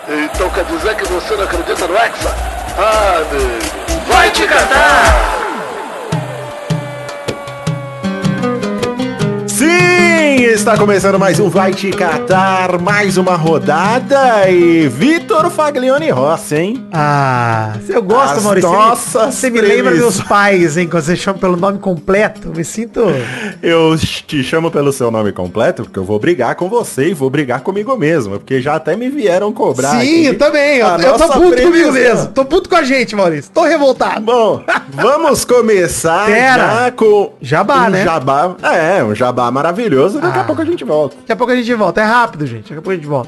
Então quer dizer que você não acredita no Hexa? Ah, amigo, vai te catar! Sim, está começando mais um Vai Te Catar, mais uma rodada e Vitor Faglione Rossi, hein? Ah, eu gosto, Maurício. Você me lembra meus pais, hein? Quando você chama pelo nome completo, me sinto... Eu te chamo pelo seu nome completo porque eu vou brigar com você e vou brigar comigo mesmo, porque já até me vieram cobrar. Sim, eu também. Eu tô puto comigo mesmo. Tô puto com a gente, Maurício. Tô revoltado. Bom, vamos começar já com... Jabá, né? Jabá. Um jabá maravilhoso. Daqui a pouco a gente volta. Daqui a pouco a gente volta. É rápido, gente. Daqui a pouco a gente volta.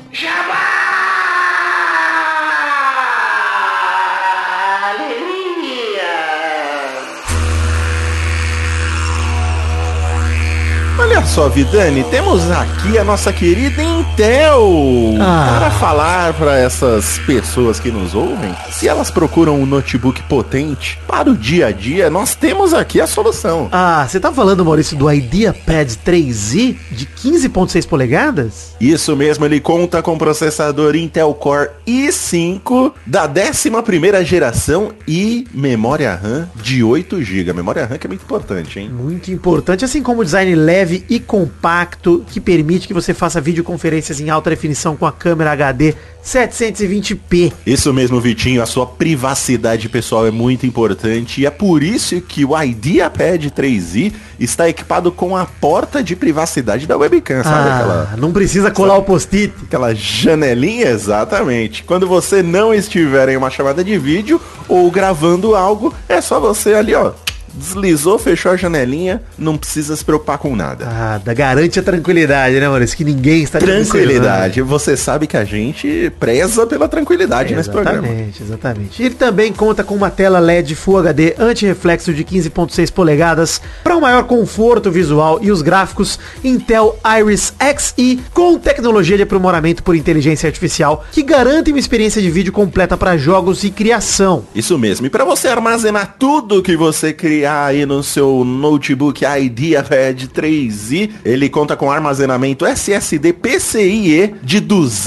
Olha só, Vidani, temos aqui a nossa querida Intel para falar para essas pessoas que nos ouvem, se elas procuram um notebook potente para o dia a dia, nós temos aqui a solução. Você tá falando, Maurício, do IdeaPad 3i de 15.6 polegadas? Isso mesmo, ele conta com processador Intel Core i5 da 11ª geração e memória RAM de 8 GB. Memória RAM que é muito importante, hein? Muito importante, assim como o design leve e compacto, que permite que você faça videoconferências em alta definição com a câmera HD 720p. Isso mesmo, Vitinho, a sua privacidade pessoal é muito importante e é por isso que o IdeaPad 3i está equipado com a porta de privacidade da webcam, sabe aquela... Não precisa colar o post-it. Aquela janelinha, exatamente. Quando você não estiver em uma chamada de vídeo ou gravando algo, é só você ali, ó, deslizou, fechou a janelinha, não precisa se preocupar com nada. Garante a tranquilidade, né, Maurício? Que ninguém está tranquilidade. Você sabe que a gente preza pela tranquilidade nesse programa. Exatamente. Ele também conta com uma tela LED Full HD anti-reflexo de 15.6 polegadas para um maior conforto visual e os gráficos Intel Iris Xe com tecnologia de aprimoramento por inteligência artificial que garante uma experiência de vídeo completa para jogos e criação. Isso mesmo. E para você armazenar tudo que você criar aí no seu notebook IdeaPad 3i, ele conta com armazenamento SSD PCIe de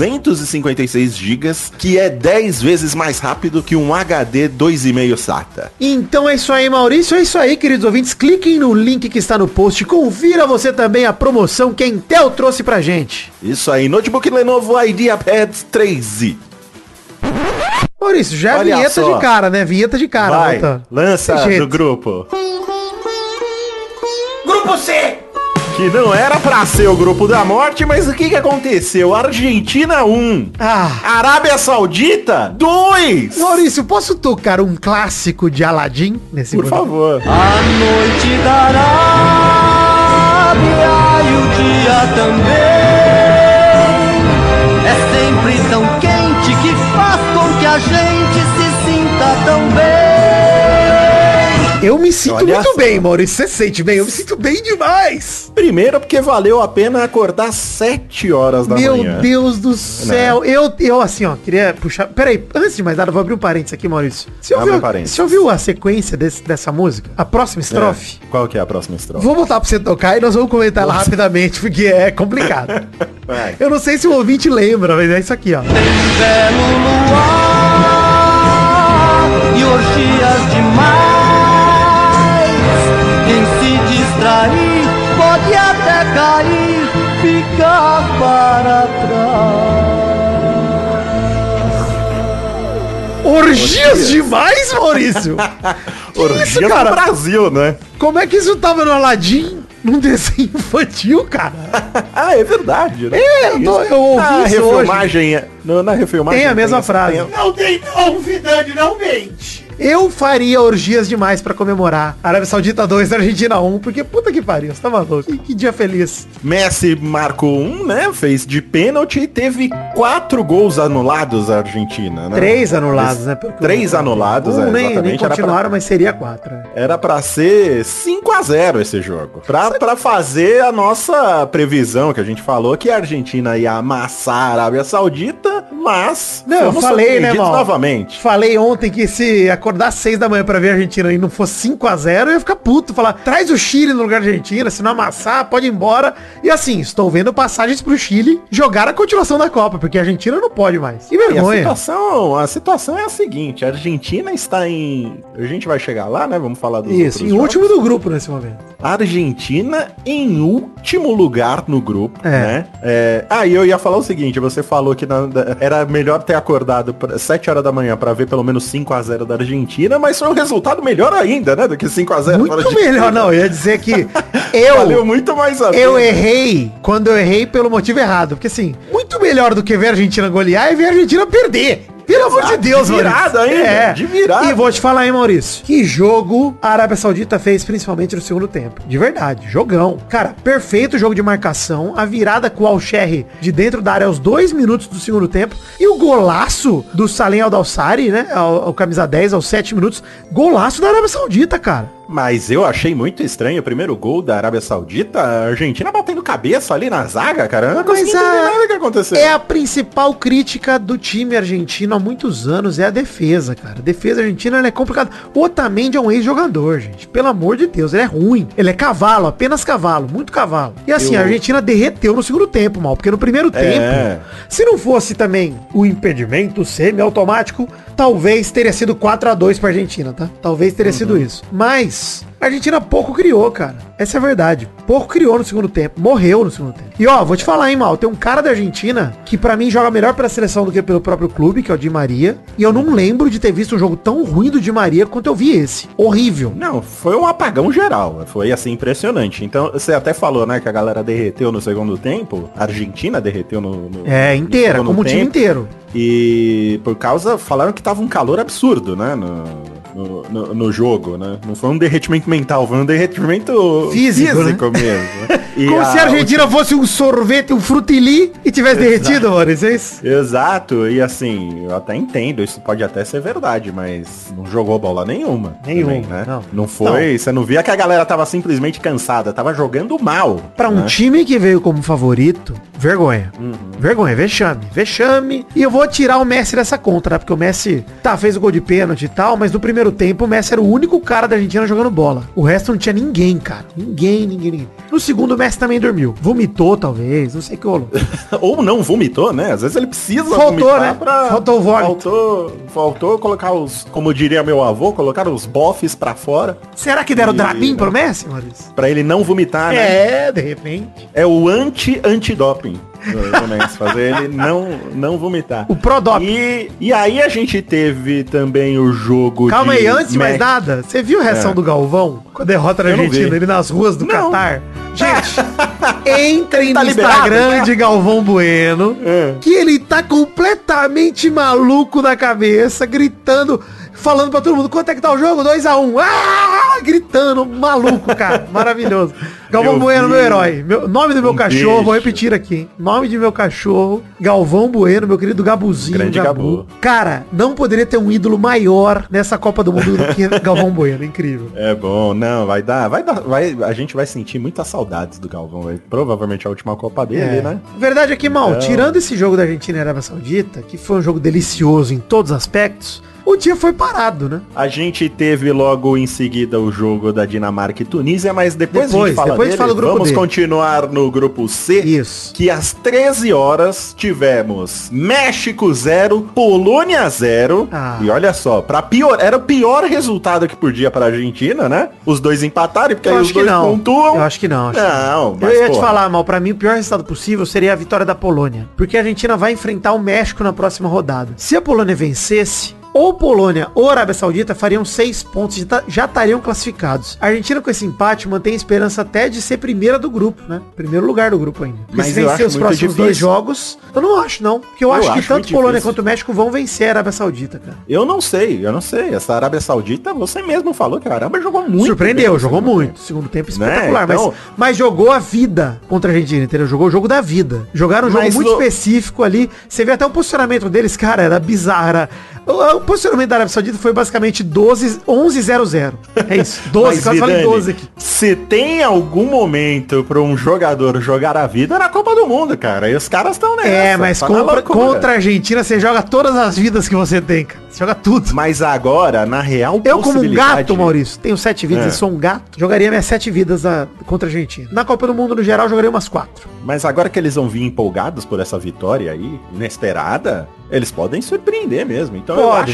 256 GB, que é 10 vezes mais rápido que um HD 2,5 SATA. Então é isso aí, Maurício, é isso aí, queridos ouvintes. Cliquem no link que está no post, confira você também a promoção que a Intel trouxe pra gente. Isso aí, notebook Lenovo IdeaPad 3i. Maurício, já é vinheta de cara, né? Vinheta de cara. Vai, volta. lança do grupo. Grupo C! Que não era pra ser o grupo da morte, mas o que aconteceu? Argentina 1. Arábia Saudita 2. Maurício, posso tocar um clássico de Aladdin nesse Por favor. A noite da Arábia e o dia também é sempre tão quente que faz com que a gente se sinta tão bem. Eu me sinto muito bem, Maurício. Você sente bem? Eu me sinto bem demais. Primeiro porque valeu a pena acordar 7 horas da manhã. Meu Deus do céu. Eu assim, ó, queria puxar... Peraí, antes de mais nada, vou abrir um parênteses aqui, Maurício. Você ouviu a sequência dessa música? A próxima estrofe? Qual que é a próxima estrofe? Vou botar pra você tocar e nós vamos comentar ela rapidamente, porque é complicado. Eu não sei se o ouvinte lembra, mas é isso aqui, ó. Tem belo luar e orgias demais. Quem se distrair pode até cair, ficar para trás. Orgias demais, Maurício? Orgia no Brasil, né? Como é que isso tava no Aladdin? Num desenho infantil, cara. É verdade, né? Eu ouvi na isso refilmagem, hoje. Na refilmagem Tem a mesma frase. Não tem não, Vidani, não mente. Eu faria orgias demais pra comemorar Arábia Saudita 2 Argentina 1, porque puta que pariu, você tá maluco? Que dia feliz. Messi marcou um, né? Fez de pênalti e teve 4 gols anulados a Argentina, né? 3 anulados, né? 3 anulados, nem continuaram, mas seria 4. Era pra ser 5-0 esse jogo. Pra fazer a nossa previsão que a gente falou que a Argentina ia amassar a Arábia Saudita, Mas, Não, eu falei, né, mal? novamente. Falei ontem que se acordar às 6 da manhã pra ver a Argentina e não fosse 5-0, eu ia ficar puto. Falar, traz o Chile no lugar da Argentina, se não amassar, pode ir embora. E assim, estou vendo passagens pro Chile jogar a continuação da Copa, porque a Argentina não pode mais. Que vergonha. A situação é a seguinte, a Argentina está em... A gente vai chegar lá, né? Vamos falar dos Isso, em último do grupo nesse momento. A Argentina em último lugar no grupo, É. né? E eu ia falar o seguinte, você falou que era melhor ter acordado 7 horas da manhã pra ver pelo menos 5-0 da Argentina, mas foi um resultado melhor ainda, né? Do que 5-0. Muito melhor, não. Eu ia dizer que valeu muito mais a eu pena. errei quando eu errei pelo motivo errado. Porque assim, muito melhor do que ver a Argentina golear é ver a Argentina perder. Pelo amor de Deus, de virada Maurício. ainda, de virada. E vou te falar, hein, Maurício. Que jogo a Arábia Saudita fez, principalmente no segundo tempo. De verdade, jogão. Cara, perfeito jogo de marcação. A virada com o Al-Sherri de dentro da área aos 2 minutos do segundo tempo. E o golaço do Salem Al-Dawsari, né? Ao camisa 10, aos 7 minutos. Golaço da Arábia Saudita, cara. Mas eu achei muito estranho o primeiro gol da Arábia Saudita, a Argentina batendo cabeça ali na zaga, cara. Eu não consegui entender nada que aconteceu. É a principal crítica do time argentino há muitos anos, é a defesa, cara. A defesa argentina ela é complicada. O Otamendi é um ex-jogador, gente. Pelo amor de Deus, ele é ruim. Ele é cavalo, apenas cavalo, muito cavalo. E assim, a Argentina derreteu no segundo tempo, mal. Porque no primeiro tempo, se não fosse também o impedimento semi-automático, talvez teria sido 4-2 pra Argentina, tá? Talvez teria sido isso. Mas a Argentina pouco criou, cara. Essa é a verdade. Pouco criou no segundo tempo. Morreu no segundo tempo. E ó, vou te falar, hein, mal. Tem um cara da Argentina que pra mim joga melhor pela seleção do que pelo próprio clube, que é o Di Maria. E eu não lembro de ter visto um jogo tão ruim do Di Maria quanto eu vi esse. Horrível. Não, foi um apagão geral. Foi assim, impressionante. Então, você até falou, né, que a galera derreteu no segundo tempo. A Argentina derreteu no inteira, no como o time inteiro. E por causa, falaram que tava um calor absurdo, né, no jogo, né? Não foi um derretimento mental, foi um derretimento físico né? mesmo. E como se a Argentina fosse um sorvete, um frutili e tivesse derretido, Maurício, é isso? Exato, e assim, eu até entendo, isso pode até ser verdade, mas não jogou bola nenhuma. Nenhuma, também, né? não foi, você não via que a galera tava simplesmente cansada, tava jogando mal. Pra um time que veio como favorito, vergonha. Vergonha, vexame. E eu vou tirar o Messi dessa conta, né? Porque o Messi, fez o gol de pênalti e tal, mas no primeiro tempo o Messi era o único cara da Argentina jogando bola. O resto não tinha ninguém, cara. Ninguém. No segundo o Messi também dormiu. Vomitou, talvez, não sei o que rolou. Ou não vomitou, né? Às vezes ele precisa vomitar, né? Faltou o vômito. Faltou colocar os, como diria meu avô, colocar os bofes pra fora. Será que deram Dramin pro Messi, Maurício? Pra ele não vomitar, né? De repente. É o antidoping. Fazer ele não vomitar. O Prodop. E aí a gente teve também o jogo Calma aí, antes de mais nada, você viu a reação do Galvão com a derrota da Argentina, ele nas ruas do Catar? Gente, entrem no Instagram de Galvão Bueno, que ele tá completamente maluco na cabeça, gritando, falando pra todo mundo, quanto é que tá o jogo? 2-1. Gritando, maluco, cara. Maravilhoso. Galvão Bueno, meu herói. Nome do meu cachorro, vou repetir aqui, hein? Nome de meu cachorro, Galvão Bueno, meu querido Gabuzinho. Grande Gabu. Cara, não poderia ter um ídolo maior nessa Copa do Mundo do que Galvão Bueno. Incrível. É bom, não, a gente vai sentir muitas saudades do Galvão. Provavelmente a última Copa dele, né? Verdade é que, mal, tirando esse jogo da Argentina e Arábia Saudita, que foi um jogo delicioso em todos os aspectos, o dia foi parado, né? A gente teve logo em seguida o jogo da Dinamarca e Tunísia, mas depois a gente fala dele. Vamos continuar no grupo C. Isso. Que às 13 horas tivemos México 0, Polônia 0. E olha só, era o pior resultado que podia para a Argentina, né? Os dois empatarem, porque aí os dois pontuam. Eu acho que não. Mas, eu ia te falar, mal, pra mim o pior resultado possível seria a vitória da Polônia. Porque a Argentina vai enfrentar o México na próxima rodada. Se a Polônia vencesse, ou Polônia ou Arábia Saudita fariam 6 pontos, já estariam classificados. A Argentina com esse empate mantém a esperança até de ser primeira do grupo, né? Primeiro lugar do grupo ainda. Porque se vencer os próximos 2 jogos, eu não acho não. Porque eu acho que tanto Polônia quanto o México vão vencer a Arábia Saudita, cara. Eu não sei. Essa Arábia Saudita, você mesmo falou que a Arábia jogou muito. Surpreendeu, jogou muito. Segundo tempo espetacular, né? Então, mas jogou a vida contra a Argentina, entendeu? Jogou o jogo da vida. Jogaram um jogo muito específico ali. Você vê até o posicionamento deles, cara, era bizarro. O posicionamento da Arábia Saudita foi basicamente 11-0-0. É isso. 12, quase falei 12 aqui. Se tem algum momento para um jogador jogar a vida, era a Copa Copa do Mundo, cara. E os caras estão nessa. Mas tá na loucura. contra a Argentina você joga todas as vidas que você tem, cara. Você joga tudo. Mas agora, na real Eu, como um gato, Maurício, tenho 7 vidas e sou um gato, jogaria minhas 7 vidas contra a Argentina. Na Copa do Mundo, no geral, jogaria umas 4. Mas agora que eles vão vir empolgados por essa vitória aí, inesperada, eles podem surpreender mesmo. Então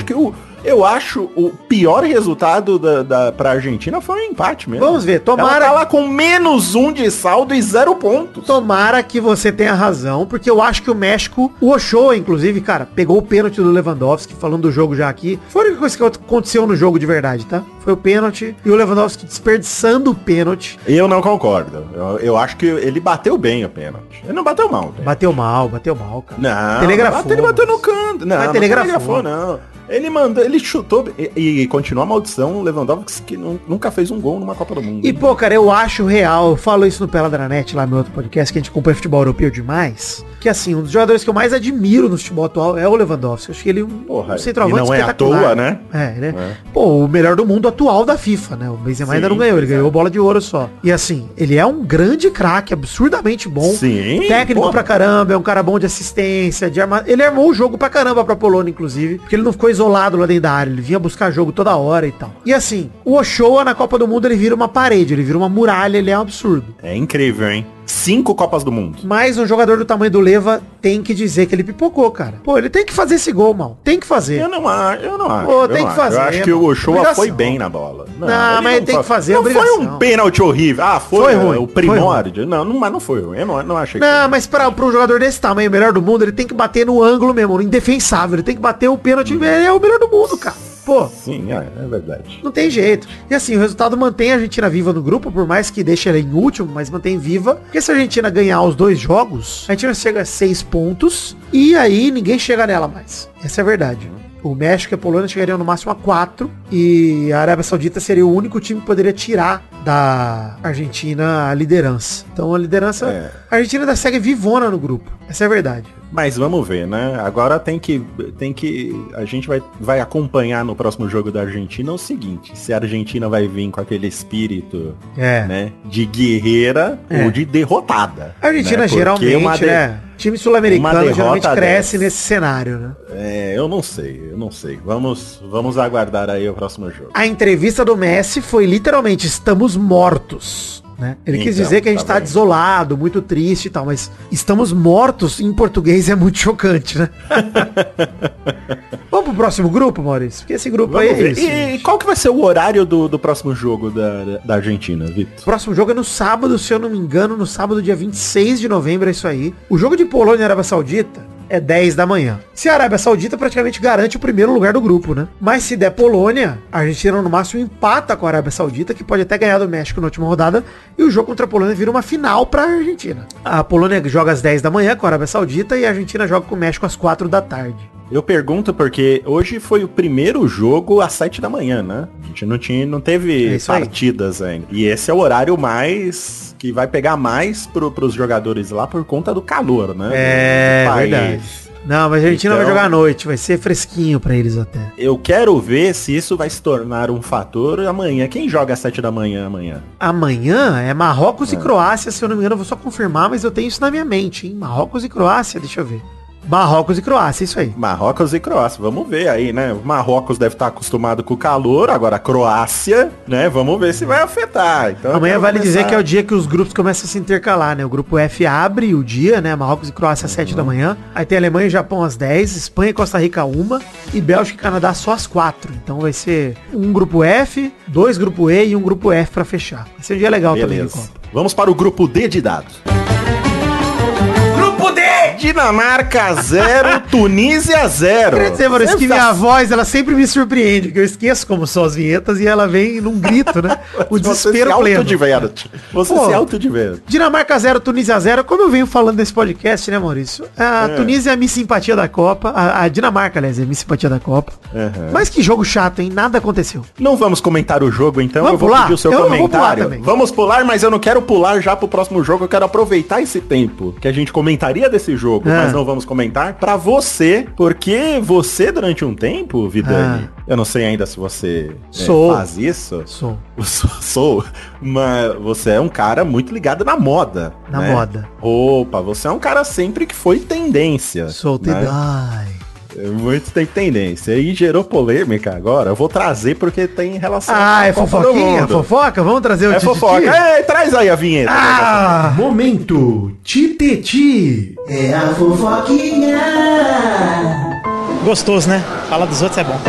eu acho o pior resultado pra Argentina foi um empate mesmo. Vamos ver, tomara. Ela tá lá com -1 de saldo e 0 pontos. Tomara que você tenha razão, porque eu acho que o México, o Ochoa, inclusive, cara, pegou o pênalti do Lewandowski, falando do jogo já aqui. Foi a única coisa que aconteceu no jogo de verdade, tá? Foi o pênalti e o Lewandowski desperdiçando o pênalti. Eu não concordo. Eu acho que ele bateu bem o pênalti. Ele não bateu mal. Bateu mal, cara. Não, telegrafou. Ele bateu no canto. Não, telegrafou, não. Ele chutou e continua a maldição, o Lewandowski que nunca fez um gol numa Copa do Mundo. E, pô, cara, eu acho real, eu falo isso no Peladranet, lá no meu outro podcast, que a gente acompanha futebol europeu demais, que assim, um dos jogadores que eu mais admiro no futebol atual é o Lewandowski. Eu acho que ele é um centroavante e não é à toa, né? Pô, o melhor do mundo atual da FIFA, né? O Benzema ainda não ganhou, ele ganhou bola de ouro só. E assim, ele é um grande craque, absurdamente bom. Sim. Técnico pra caramba, é um cara bom de assistência, ele armou o jogo pra caramba pra Polônia, inclusive, porque ele não ficou isolado lá dentro da área, ele vinha buscar jogo toda hora e tal. E assim, o Ochoa na Copa do Mundo, ele vira uma parede, ele vira uma muralha, ele é um absurdo. É incrível, hein? 5 Copas do Mundo. Mas um jogador do tamanho do Leva tem que dizer que ele pipocou, cara. Pô, ele tem que fazer esse gol, mal. Tem que fazer. Eu não acho. Pô, tem que fazer. Eu acho que o Ochoa foi bem na bola. Não, mas ele tem que fazer. Não foi um pênalti horrível. Foi ruim. O primórdio. Mas não foi ruim. Eu não achei. Não, mas para um jogador desse tamanho, o melhor do mundo, ele tem que bater no ângulo mesmo, no indefensável. Ele tem que bater o pênalti. Ele é o melhor do mundo, cara. Pô. Sim, é verdade. Não tem jeito. E assim, o resultado mantém a Argentina viva no grupo, por mais que deixe ela em último, mas mantém viva. Porque se a Argentina ganhar os 2 jogos, a Argentina chega a 6 pontos e aí ninguém chega nela mais. Essa é a verdade. O México e a Polônia chegariam no máximo a 4 e a Arábia Saudita seria o único time que poderia tirar da Argentina a liderança. Então a liderança, a Argentina ainda segue vivona no grupo. Essa é a verdade. Mas vamos ver, né? Agora tem que a gente vai acompanhar no próximo jogo da Argentina o seguinte, se a Argentina vai vir com aquele espírito, né, de guerreira ou de derrotada. A Argentina, né? Geralmente, time sul-americano geralmente cresce nesse cenário, né? Eu não sei. Vamos aguardar aí o próximo jogo. A entrevista do Messi foi literalmente, estamos mortos. Né? Ele quis dizer que a gente tá desolado, muito triste e tal, mas estamos mortos em português é muito chocante, né? Vamos pro próximo grupo, Maurício? Porque esse grupo aí é isso. E qual que vai ser o horário do próximo jogo da Argentina, Vitor? O próximo jogo é no sábado, se eu não me engano, no sábado, dia 26 de novembro, é isso aí. O jogo de Polônia e Arábia Saudita é 10 da manhã. Se a Arábia Saudita praticamente garante o primeiro lugar do grupo, né? Mas se der Polônia, a Argentina no máximo empata com a Arábia Saudita, que pode até ganhar do México na última rodada, e o jogo contra a Polônia vira uma final pra Argentina. A Polônia joga às 10 da manhã com a Arábia Saudita e a Argentina joga com o México às 4 da tarde. Eu pergunto porque hoje foi o primeiro jogo às 7 da manhã, né? A gente não teve partidas ainda. E esse é o horário que vai pegar mais pros jogadores lá por conta do calor, né? É verdade. Não, mas a Argentina vai jogar à noite, vai ser fresquinho pra eles até. Eu quero ver se isso vai se tornar um fator amanhã. Quem joga às 7 da manhã amanhã? Amanhã é Marrocos e Croácia, se eu não me engano, eu vou só confirmar, mas eu tenho isso na minha mente, hein? Marrocos e Croácia, deixa eu ver. Marrocos e Croácia, isso aí. Marrocos e Croácia, vamos ver aí, né? O Marrocos deve estar acostumado com o calor, agora a Croácia, né? Vamos ver se vai afetar. Então, amanhã vale dizer que é o dia que os grupos começam a se intercalar, né? O grupo F abre o dia, né? Marrocos e Croácia às 7 da manhã. Aí tem Alemanha e Japão às 10, Espanha e Costa Rica 1 e Bélgica e Canadá só às 4. Então vai ser um grupo F, 2 grupo E e um grupo F pra fechar. Vai ser um dia legal também de Copa. Vamos para o grupo D de dados. Dinamarca 0, Tunísia 0. Quer dizer, Maurício, que minha voz, ela sempre me surpreende, porque eu esqueço como são as vinhetas e ela vem num grito, né? O desespero pleno. Você se autodiverte. Dinamarca 0, Tunísia 0. Como eu venho falando nesse podcast, né, Maurício? A Tunísia é a minha simpatia da Copa. A Dinamarca, aliás, é a minha simpatia da Copa. Mas que jogo chato, hein? Nada aconteceu. Não vamos comentar o jogo, então. Vamos eu vou pedir o seu comentário. Vamos pular, mas eu não quero pular já pro próximo jogo. Eu quero aproveitar esse tempo que a gente comentaria desse jogo jogo, mas não vamos comentar, pra você, porque você durante um tempo, Vidani, eu não sei ainda se você faz isso. Sou, mas você é um cara muito ligado na moda. Na moda. Opa, você é um cara sempre que foi tendência. Sou né? Muito tem tendência. E gerou polêmica agora. Eu vou trazer porque tem relação. É fofoquinha? Fofoca? Vamos trazer o Tititi? Fofoca. Traz aí a vinheta. Momento Tititi. É a fofoquinha. Gostoso, né? Falar dos outros é bom.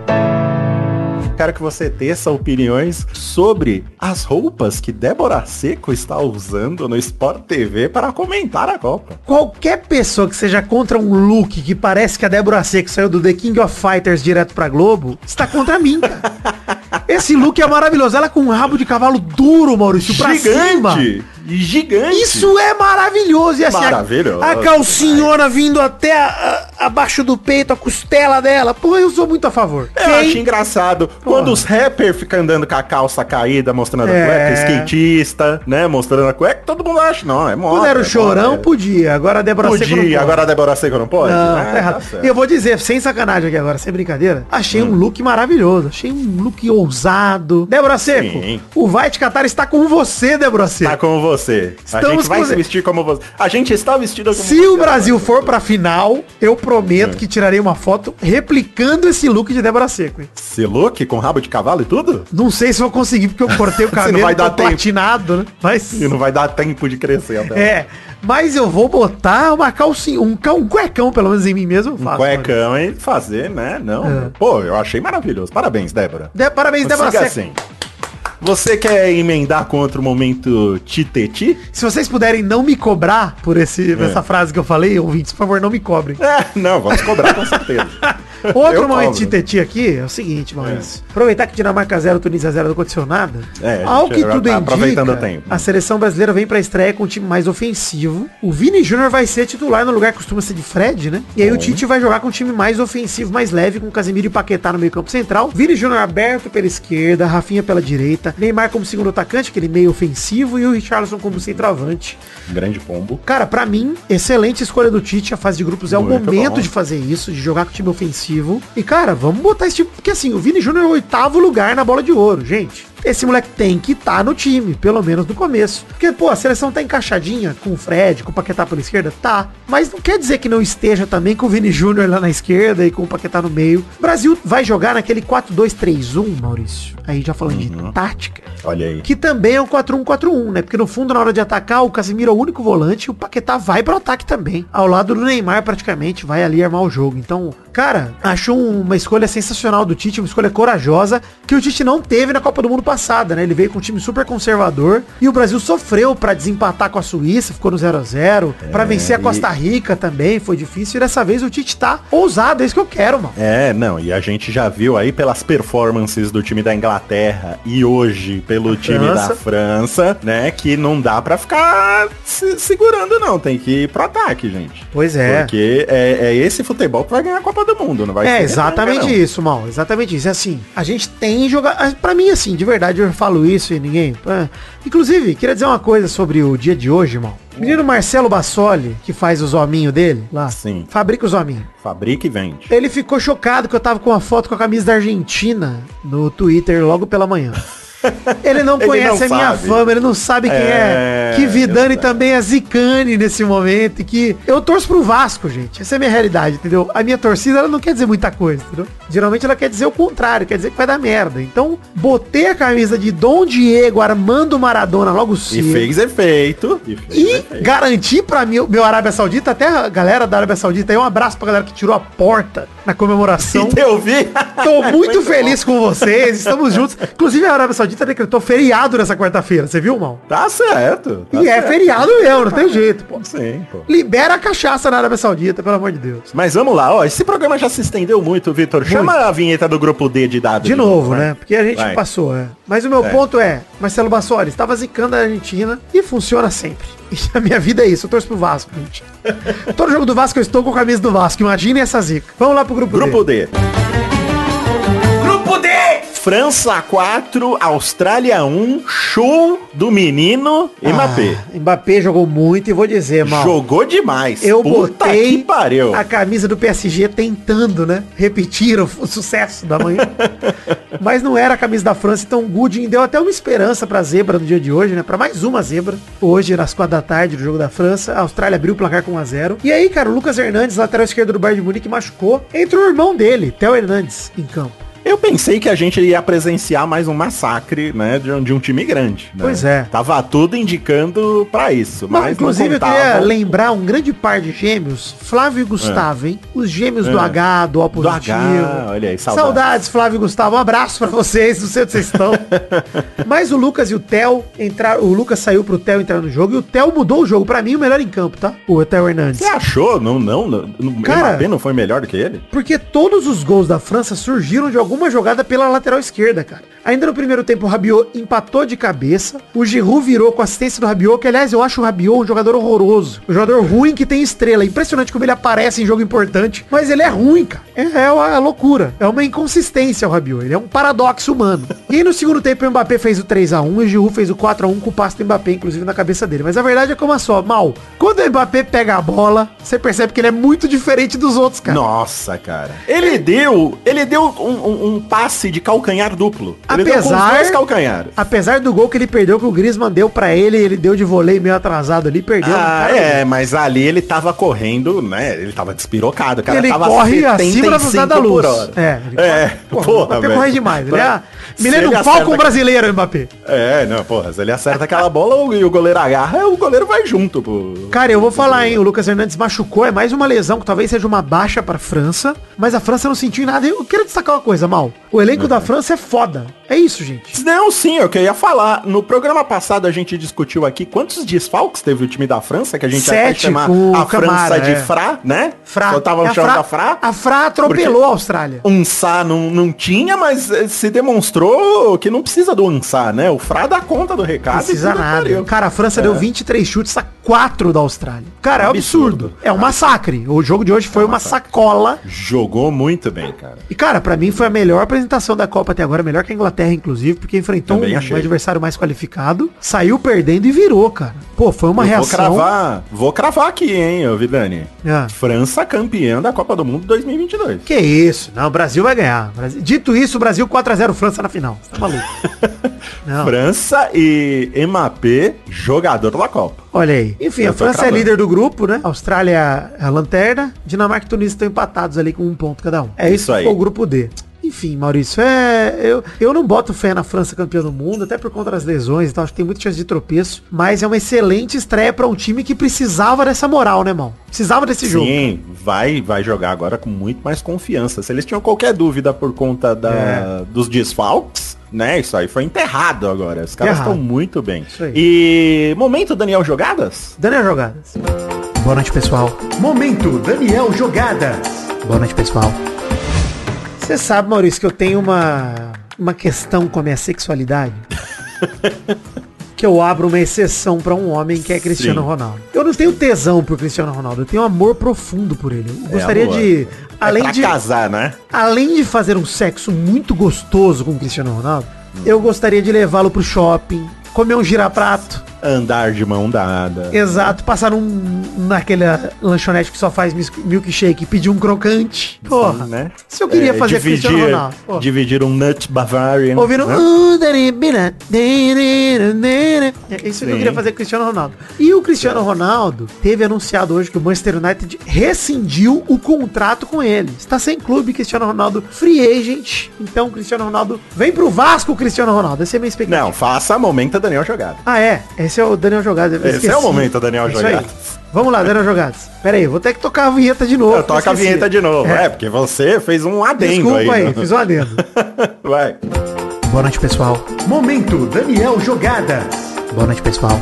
Quero que você teça opiniões sobre as roupas que Débora Seco está usando no Sport TV para comentar a Copa. Qualquer pessoa que seja contra um look que parece que a Débora Seco saiu do The King of Fighters direto pra Globo, está contra mim, cara. Esse look é maravilhoso. Ela com um rabo de cavalo duro, Maurício, pra cima. Gigante. Isso é maravilhoso. E assim, maravilhoso. A calcinhona vindo até abaixo do peito, a costela dela. Pô, eu sou muito a favor. Eu acho engraçado. Quando os rappers ficam andando com a calça caída, mostrando a cueca, skatista, né, mostrando a cueca, todo mundo acha, não, é moda. Quando era o Chorão, podia. Agora a Débora Seco não pode. Agora a Débora Seco não pode? Não, tá errado. E eu vou dizer, sem sacanagem aqui agora, sem brincadeira, achei um look maravilhoso. Achei um look ousado. Débora Seco, o Vai Te Catar está com você, Débora Seco. Tá com você. A gente vai se vestir como você. A gente está vestido como você. Se o Brasil for pra final, eu prometo que tirarei uma foto replicando esse look de Débora Seco. Hein? Esse look com rabo de cavalo e tudo? Não sei se vou conseguir, porque eu cortei o cabelo, não vai dar platinado, né? Mas... E não vai dar tempo de crescer até. Mas eu vou botar uma calcinha, um cuecão, pelo menos em mim mesmo. Um cuecão e fazer, né? Não. Pô, eu achei maravilhoso. Parabéns, Débora. Parabéns, Débora Seco. Assim. Você quer emendar com outro momento Titeti? Se vocês puderem não me cobrar por essa frase que eu falei, ouvintes, por favor, não me cobrem. Não, vamos cobrar com certeza. Outro momento Titeti aqui é o seguinte, Maurício. Aproveitar que Dinamarca 0, Tunísia 0 não aconteceu nada. Ao que tudo indica, o tempo. A seleção brasileira vem pra estreia com um time mais ofensivo. O Vini Júnior vai ser titular no lugar que costuma ser de Fred, né? E aí o Tite vai jogar com um time mais ofensivo, mais leve, com Casemiro e Paquetá no meio campo central. Vini Júnior aberto pela esquerda, Rafinha pela direita, Neymar como segundo atacante, aquele meio ofensivo, e o Richarlison como centroavante. Grande pombo. Cara, pra mim, excelente escolha do Tite. A fase de grupos é o momento de fazer isso, de jogar com time ofensivo. E, cara, vamos botar esse tipo... Porque, assim, o Vini Júnior é o 8º lugar na bola de ouro, gente. Esse moleque tem que estar no time, pelo menos no começo. Porque, pô, a seleção tá encaixadinha com o Fred, com o Paquetá pela esquerda, tá. Mas não quer dizer que não esteja também com o Vini Júnior lá na esquerda e com o Paquetá no meio. O Brasil vai jogar naquele 4-2-3-1, Maurício. Aí já falando de tática. Olha aí. Que também é um 4-1-4-1, né? Porque no fundo, na hora de atacar, o Casemiro é o único volante e o Paquetá vai pro ataque também. Ao lado do Neymar, praticamente, vai ali armar o jogo. Então, cara, acho uma escolha sensacional do Tite, uma escolha corajosa, que o Tite não teve na Copa do Mundo passada, né? Ele veio com um time super conservador e o Brasil sofreu pra desempatar com a Suíça, ficou no 0-0, pra vencer a Costa Rica também, foi difícil, e dessa vez o Tite tá ousado, é isso que eu quero, mano. E a gente já viu aí pelas performances do time da Inglaterra e hoje pelo time da França, né, que não dá pra ficar segurando não, tem que ir pro ataque, gente. Pois é. Porque é esse futebol que vai ganhar a Copa do Mundo, não vai ser. É exatamente isso, mal, exatamente isso. É assim, a gente tem jogar, pra mim assim, de verdade eu falo isso e ninguém... Inclusive, queria dizer uma coisa sobre o dia de hoje, mal. O menino Marcelo Bassoli, que faz os hominhos dele lá, sim, fabrica os hominhos. Fabrica e vende. Ele ficou chocado que eu tava com uma foto com a camisa da Argentina no Twitter logo pela manhã. Ele não conhece a minha fama, ele não sabe quem é. Que Vidani também é zicane nesse momento. E que eu torço pro Vasco, gente. Essa é a minha realidade, entendeu? A minha torcida, ela não quer dizer muita coisa, entendeu? Geralmente ela quer dizer o contrário, quer dizer que vai dar merda. Então, botei a camisa de Dom Diego Armando Maradona logo cedo. E fez efeito. Garanti pra mim, meu Arábia Saudita, até a galera da Arábia Saudita aí, um abraço pra galera que tirou a porta na comemoração. Eu vi. Tô muito feliz com vocês, estamos juntos. Inclusive a Arábia Saudita decretou feriado nessa quarta-feira, você viu, mal? Tá certo. E é feriado mesmo, não tem jeito, pô. Sim, pô. Libera a cachaça na Arábia Saudita, pelo amor de Deus. Mas vamos lá, ó, esse programa já se estendeu muito, Vitor. Chama a vinheta do grupo D de dados. De novo, né? Porque a gente passou, Mas o meu ponto é, Marcelo Bassoli estava zicando a Argentina e funciona sempre. E a minha vida é isso, eu torço pro Vasco, gente. Todo jogo do Vasco eu estou com a camisa do Vasco, imagine essa zica. Vamos lá pro grupo D. Grupo D. Grupo D! França 4, Austrália 1, show do menino Mbappé. Mbappé jogou muito e vou dizer, mal. Jogou demais. Eu Puta botei que pariu. a camisa do PSG tentando, né? Repetir o sucesso da manhã. Mas não era a camisa da França, então o Goodin deu até uma esperança pra zebra no dia de hoje, né? Pra mais uma zebra. Hoje, às 4 da tarde, no jogo da França. A Austrália abriu o placar com 1-0. E aí, cara, o Lucas Hernandes, lateral esquerdo do Bayern de Munique, machucou. Entrou o irmão dele, Theo Hernandes, em campo. Eu pensei que a gente ia presenciar mais um massacre, né, de um time grande. Né? Pois é. Tava tudo indicando pra isso, mas inclusive não eu contava. queria lembrar um grande par de gêmeos, Flávio e Gustavo, hein? Os gêmeos do H, do O positivo. Do H, olha aí, Saudades, Flávio e Gustavo. Um abraço pra vocês, não sei onde vocês estão. Mas o Lucas e o Theo entraram, o Lucas saiu pro Theo entrar no jogo e o Theo mudou o jogo. Pra mim, o melhor em campo, tá? O Theo Hernandes. Você achou? Não, Cara, Mbappé não foi melhor do que ele? Porque todos os gols da França surgiram de alguma jogada pela lateral esquerda, cara. Ainda no primeiro tempo, o Rabiot empatou de cabeça. O Giroud virou com assistência do Rabiot, que aliás eu acho o Rabiot um jogador horroroso. Um jogador ruim que tem estrela. Impressionante como ele aparece em jogo importante. Mas ele é ruim, cara. É uma loucura. É uma inconsistência o Rabiot. Ele é um paradoxo humano. E aí no segundo tempo o Mbappé fez o 3-1 e o Giroud fez o 4-1 com o passe do Mbappé, inclusive na cabeça dele. Mas a verdade é como a só, mal. Quando o Mbappé pega a bola, você percebe que ele é muito diferente dos outros, cara. Nossa, cara. Ele deu um passe de calcanhar duplo. Ele deu com os dois calcanhares. Apesar do gol que ele perdeu, que o Griezmann deu pra ele deu de voleio meio atrasado ali, perdeu. Mas ali ele tava correndo, né? Ele tava despirocado. O cara ele tava corre acima da velocidade da luz. Porra, o Mbappé corre demais. Ele é me lembra um Falcon brasileiro, Mbappé. Se ele acerta aquela bola e o goleiro agarra, o goleiro vai junto, pô. Cara, eu vou falar, hein, o Lucas Hernandes machucou, é mais uma lesão que talvez seja uma baixa pra França, mas a França não sentiu em nada. Eu quero destacar uma coisa, Mal. O elenco da França é foda. É isso, gente. Não, sim, é o que eu ia falar. No programa passado a gente discutiu aqui quantos desfalques teve o time da França, que a gente ia chamar a França de Fra, né? Fra. Tava chamando a Fra. A Fra atropelou a Austrália. Um Sá não tinha, mas se demonstrou que não precisa do Ansá, né? O Fra dá conta do recado. Não precisa nada. Cara, a França deu 23 chutes a 4 da Austrália. Cara, é um absurdo. É um massacre. O jogo de hoje foi uma sacola. Jogou muito bem, cara. E, cara, pra mim foi a melhor apresentação da Copa até agora. Melhor que a Inglaterra, inclusive, porque enfrentou um adversário mais qualificado. Saiu perdendo e virou, cara. Pô, foi uma reação. Vou cravar aqui, hein, Vidani. França campeã da Copa do Mundo 2022. Que isso? Não, o Brasil vai ganhar. Dito isso, o Brasil 4-0 França na final. Você tá maluco? França e Mbappé, jogador da Copa. Olha aí. Enfim, a França é líder do grupo, né? A Austrália é a lanterna. Dinamarca e Tunísia estão empatados ali com 1 ponto cada um. É isso aí. Foi o grupo D. Enfim, Maurício, eu não boto fé na França campeã do mundo, até por conta das lesões e tal, acho que tem muita chance de tropeço, mas é uma excelente estreia pra um time que precisava dessa moral, né, irmão? Precisava desse jogo. Sim, vai jogar agora com muito mais confiança. Se eles tinham qualquer dúvida por conta dos desfalques, né, isso aí foi enterrado agora. Os caras estão muito bem. E momento Daniel Jogadas? Daniel Jogadas. Boa noite, pessoal. Momento Daniel Jogadas. Boa noite, pessoal. Você sabe, Maurício, que eu tenho uma questão com a minha sexualidade. Que eu abro uma exceção pra um homem que é Cristiano Ronaldo. Eu não tenho tesão por Cristiano Ronaldo, eu tenho amor profundo por ele. Eu gostaria de... Além de casar, né? Além de fazer um sexo muito gostoso com o Cristiano Ronaldo, eu gostaria de levá-lo pro shopping, comer um giraprato. Andar de mão dada. Exato, passar naquela lanchonete que só faz milkshake e pedir um crocante. Porra, sim, né? Se eu queria fazer Cristiano Ronaldo. Porra. Dividir um nut Bavarian. Ouvindo... Né? É isso que eu queria fazer com o Cristiano Ronaldo. E o Cristiano Ronaldo teve anunciado hoje que o Manchester United rescindiu o contrato com ele. Está sem clube, Cristiano Ronaldo free agent. Então o Cristiano Ronaldo vem pro Vasco, Cristiano Ronaldo. Essa é a minha expectativa. Não, faça a momento Daniel Jogada. Esse é o Daniel Jogadas. Esse é o momento Daniel Jogadas. Vamos lá, Daniel Jogadas. Pera aí, vou ter que tocar a vinheta de novo. Toca a vinheta de novo. Porque você fez um adendo. Desculpa aí, fiz um adendo. Vai. Boa noite, pessoal. Momento Daniel Jogadas. Boa noite, pessoal.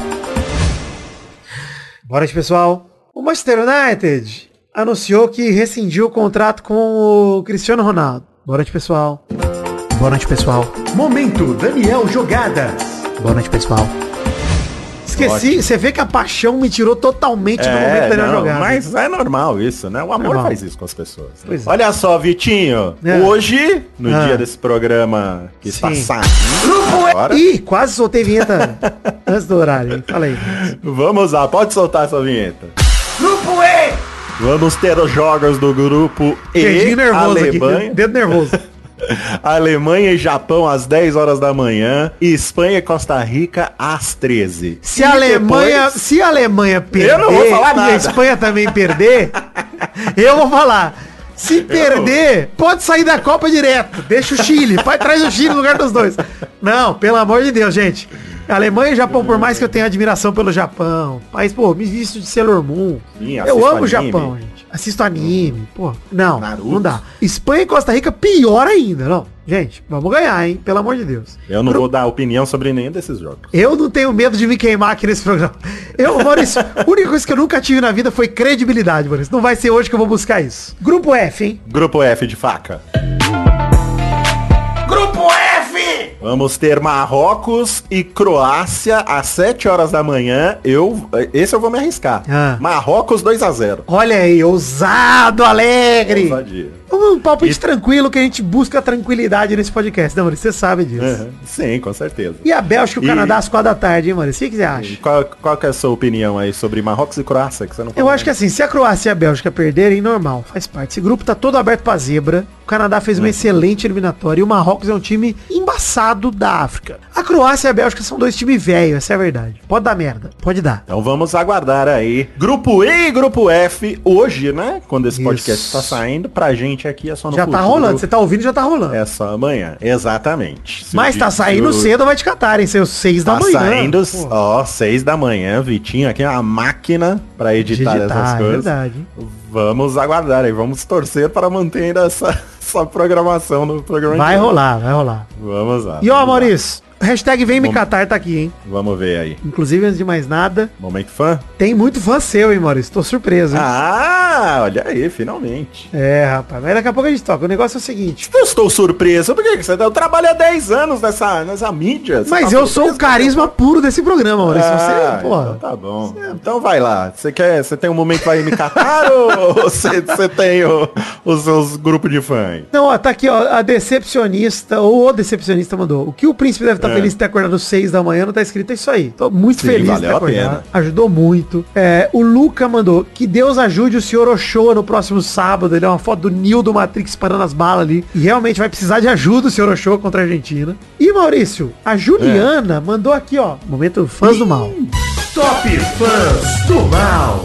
Boa noite, pessoal. O Manchester United anunciou que rescindiu o contrato com o Cristiano Ronaldo. Boa noite, pessoal. Boa noite, pessoal. Momento Daniel Jogadas. Boa noite, pessoal. esqueci, Ótimo. você vê que a paixão me tirou totalmente do momento da não, jogada. mas é normal isso, né? O amor Normal. faz isso com as pessoas. né? Pois é. Olha só, Vitinho, É. hoje, no Ah. dia desse programa que está Sim. saindo agora, Ih, quase soltei vinheta antes do horário, hein? Fala aí. vamos lá, pode soltar essa vinheta. Grupo E! Vamos ter os jogos do grupo E, Dedinho nervoso Alemanha, aqui, dedo nervoso. Alemanha e Japão às 10 horas da manhã, e Espanha e Costa Rica às 13. Se a Alemanha perder Eu não vou falar e nada. a Espanha também perder, eu vou falar. Se perder, pode sair da Copa direto. Deixa o Chile. Traz o Chile no lugar dos dois. Não, pelo amor de Deus, gente. Alemanha e Japão, por mais que eu tenha admiração pelo Japão, mas, pô, me visto de Sailor Moon. Sim, Eu assisto amo o anime. Japão, gente. Assisto anime, pô. Não, Naruto. não dá. Espanha e Costa Rica, pior ainda, não. Gente, vamos ganhar, hein? Pelo amor de Deus. Eu não vou dar opinião sobre nenhum desses jogos. Eu não tenho medo de me queimar aqui nesse programa. Maurício, a única coisa que eu nunca tive na vida foi credibilidade, Maurício. Não vai ser hoje que eu vou buscar isso. Grupo F, hein? Grupo F de faca. Grupo F! Vamos ter Marrocos e Croácia às 7 horas da manhã. Esse eu vou me arriscar. Ah. Marrocos 2-0. Olha aí, ousado, alegre. Ousadia. Um palpite tranquilo que a gente busca tranquilidade nesse podcast, né, Maurício? Você sabe disso. Uhum. Sim, com certeza. E a Bélgica e o E- Canadá às 4 da tarde, hein, Maurício? O que você acha? E qual que é a sua opinião aí sobre Marrocos e Croácia? Que você não Eu falou acho que assim, se a Croácia e a Bélgica perderem, normal, faz parte. Esse grupo tá todo aberto pra zebra. O Canadá fez uma excelente eliminatória e o Marrocos é um time embaçado da África. A Croácia e a Bélgica são dois times velhos, essa é a verdade. Pode dar merda, pode dar. Então vamos aguardar aí. Grupo E e Grupo F, hoje, né? Quando esse podcast Isso. tá saindo, pra gente aqui é só no Já tá futuro. rolando, você tá ouvindo, já tá rolando. É só amanhã, exatamente. Se Mas o tá di- saindo se o- cedo, vai te catar, hein? Seus 6 da Tá manhã. saindo, Pô. ó, 6 da manhã, Vitinho aqui é uma máquina pra editar, essas é coisas. verdade. Vamos aguardar aí, vamos torcer para manter ainda essa programação no programa. Vai inteiro. rolar, vai rolar. Vamos lá. E ó, vamos lá. Maurício, hashtag vem me catar tá aqui, hein? Vamos ver aí. Inclusive, antes de mais nada, Momento fã? tem muito fã seu, hein, Maurício? Tô surpreso, hein? Ah, olha aí, finalmente. É, rapaz, mas daqui a pouco a gente toca. O negócio é o seguinte. Eu estou surpreso. Por que você eu trabalho há 10 anos nessa mídia? Você Mas tá eu sou o surpreso? carisma puro desse programa, Maurício. Ah, Você, pô. então tá bom. Então vai lá. Você tem um momento pra ir me catar ou você tem os seus grupos de fãs? Não, ó, tá aqui, ó, a decepcionista, ou o decepcionista mandou. O que o príncipe deve estar feliz de ter acordado às 6 da manhã, não tá escrito, é isso aí. Tô muito Sim, feliz de ter valeu a acordado. pena. Ajudou muito. É, o Luca mandou, que Deus ajude o senhor Ochoa no próximo sábado. Ele é uma foto do Neo do Matrix parando as balas ali. E realmente vai precisar de ajuda o senhor Ochoa contra a Argentina. E Maurício, a Juliana mandou aqui, ó, momento fãs do mal. Top Fãs do Mal!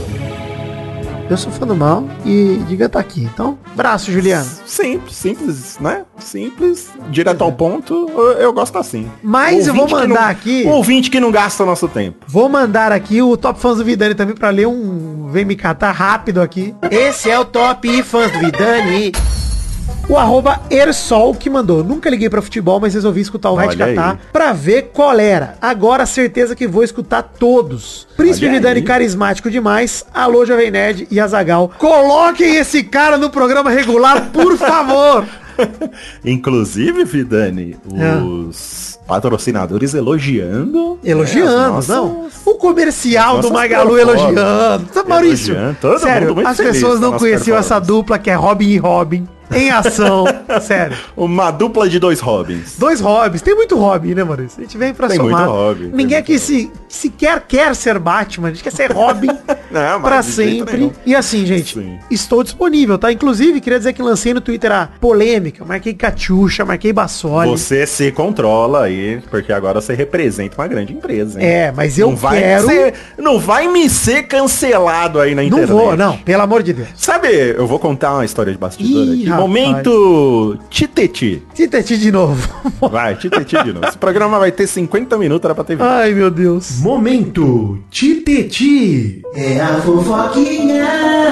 Eu sou fã do mal e devia estar aqui. Então, braço, Juliana. Simples, né? Simples, direto ao ponto, eu gosto assim. Mas eu vou Ouvinte que mandar não- aqui- Um ouvinte que não gasta o nosso tempo. Vou mandar aqui o Top Fãs do Vidani também pra ler Vem me catar rápido aqui. Esse é o Top Fãs do Vidani. O @Ersol que mandou. Nunca liguei pra futebol, mas resolvi escutar o Vai Te Olha aí. Catar pra ver qual era. Agora certeza que vou escutar todos. Príncipe Olha Vidani aí. carismático demais. Alô, Jovem Nerd e Azagal. Coloquem esse cara no programa regular, por favor. Inclusive, Vidani, É. os patrocinadores elogiando. Elogiando, as não. nossas- O comercial do nossas Magalu propostas. elogiando. Tá, Maurício, Elogiando, todo sério, mundo muito as feliz pessoas com a não nossa conheciam essa performance. dupla que é Robin e Robin. Em ação, sério. Uma dupla de 2 Robins. 2 Robins. Tem muito Robin, né, Maurício? A gente vem pra Tem somar. muito Robin, tem Ninguém muito aqui sequer quer ser Batman. A gente quer ser Robin Não, mas pra de jeito sempre. nenhum. E assim, gente, Sim. estou disponível, tá? Inclusive, queria dizer que lancei no Twitter a polêmica. Marquei Catiuxa, marquei Bassoli. Você se controla aí, porque agora você representa uma grande empresa, hein? É, mas eu não vai quero... não vai me ser cancelado aí na Não internet. vou, não. Pelo amor de Deus. Sabe, eu vou contar uma história de bastidor Ih, aqui. rapaz. Momento Titeti. Titeti de novo. Vai, Titeti de novo. Esse programa vai ter 50 minutos, era pra ter 20. Ai, meu Deus. Momento Titeti! É a fofoquinha.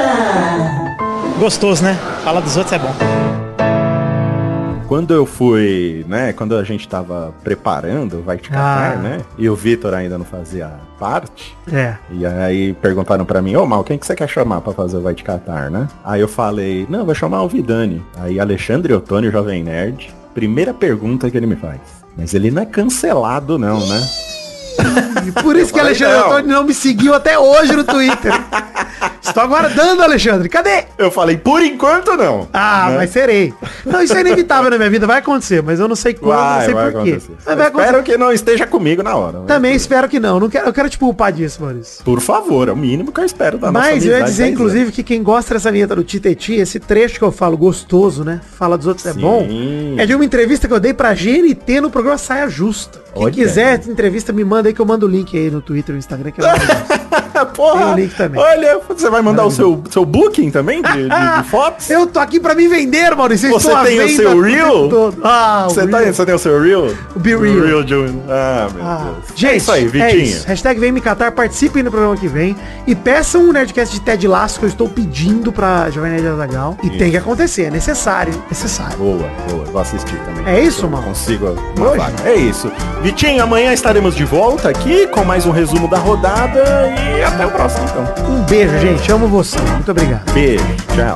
Gostoso, né? Falar dos outros é bom. Quando eu fui, né, quando a gente tava preparando o Vai Te Catar, Ah. né, e o Vitor ainda não fazia parte, É. e aí perguntaram pra mim, ô Mal, quem que você quer chamar pra fazer o Vai Te Catar, né? Aí eu falei, não, vou chamar o Vidani. Aí Alexandre Ottoni, Jovem Nerd, primeira pergunta que ele me faz, mas ele não é cancelado não, né? Por isso que falei Alexandre não. Antônio não me seguiu até hoje no Twitter. Estou aguardando, Alexandre. Cadê? Eu falei, por enquanto não. Ah, Né? mas serei. Não, isso é inevitável na minha vida. Vai acontecer, mas eu não sei quando, não sei por quê. acontecer. Mas vai acontecer. Espero que não esteja comigo na hora. Também espero que não. Eu quero te culpar disso, Maurício. Por favor, é o mínimo que eu espero da nossa Mas eu ia amizade, dizer, 10 inclusive, anos. que quem gosta dessa vinheta do Titeti, esse trecho que eu falo gostoso, né? Fala dos outros é Sim. bom. É de uma entrevista que eu dei pra GNT no programa Saia Justa. Quem Olha. quiser entrevista, me manda aí que eu mando o link aí no Twitter e no Instagram. Que eu mando. Porra, Tem o link também. olha, você vai mandar o seu booking também de fotos? Eu tô aqui pra me vender, Maurício. Eu Você estou à tem o venda seu o Reel? tempo todo. Ah, o Você Reel. tem o seu Reel? O Be Real. Junior. Ah, meu Ah, Deus. gente, É isso aí, Vitinho. é isso. Hashtag vem me catar, participem no programa que vem e peçam um Nerdcast de Ted Lasso que eu estou pedindo pra Jovem Nerd Azaghal. E tem que acontecer, é necessário. Boa. Vou assistir também. É isso, Eu mano? Consigo uma Hoje? vaga. É isso. Vitinho, amanhã estaremos de volta aqui com mais um resumo da rodada e até o próximo, então. Um beijo, gente. Amo você. Muito obrigado. Beijo. Tchau.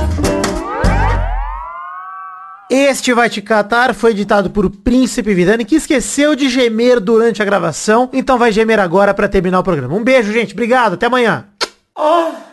Este Vai Te Catar foi editado por Príncipe Vidani, que esqueceu de gemer durante a gravação. Então vai gemer agora pra terminar o programa. Um beijo, gente. Obrigado. Até amanhã.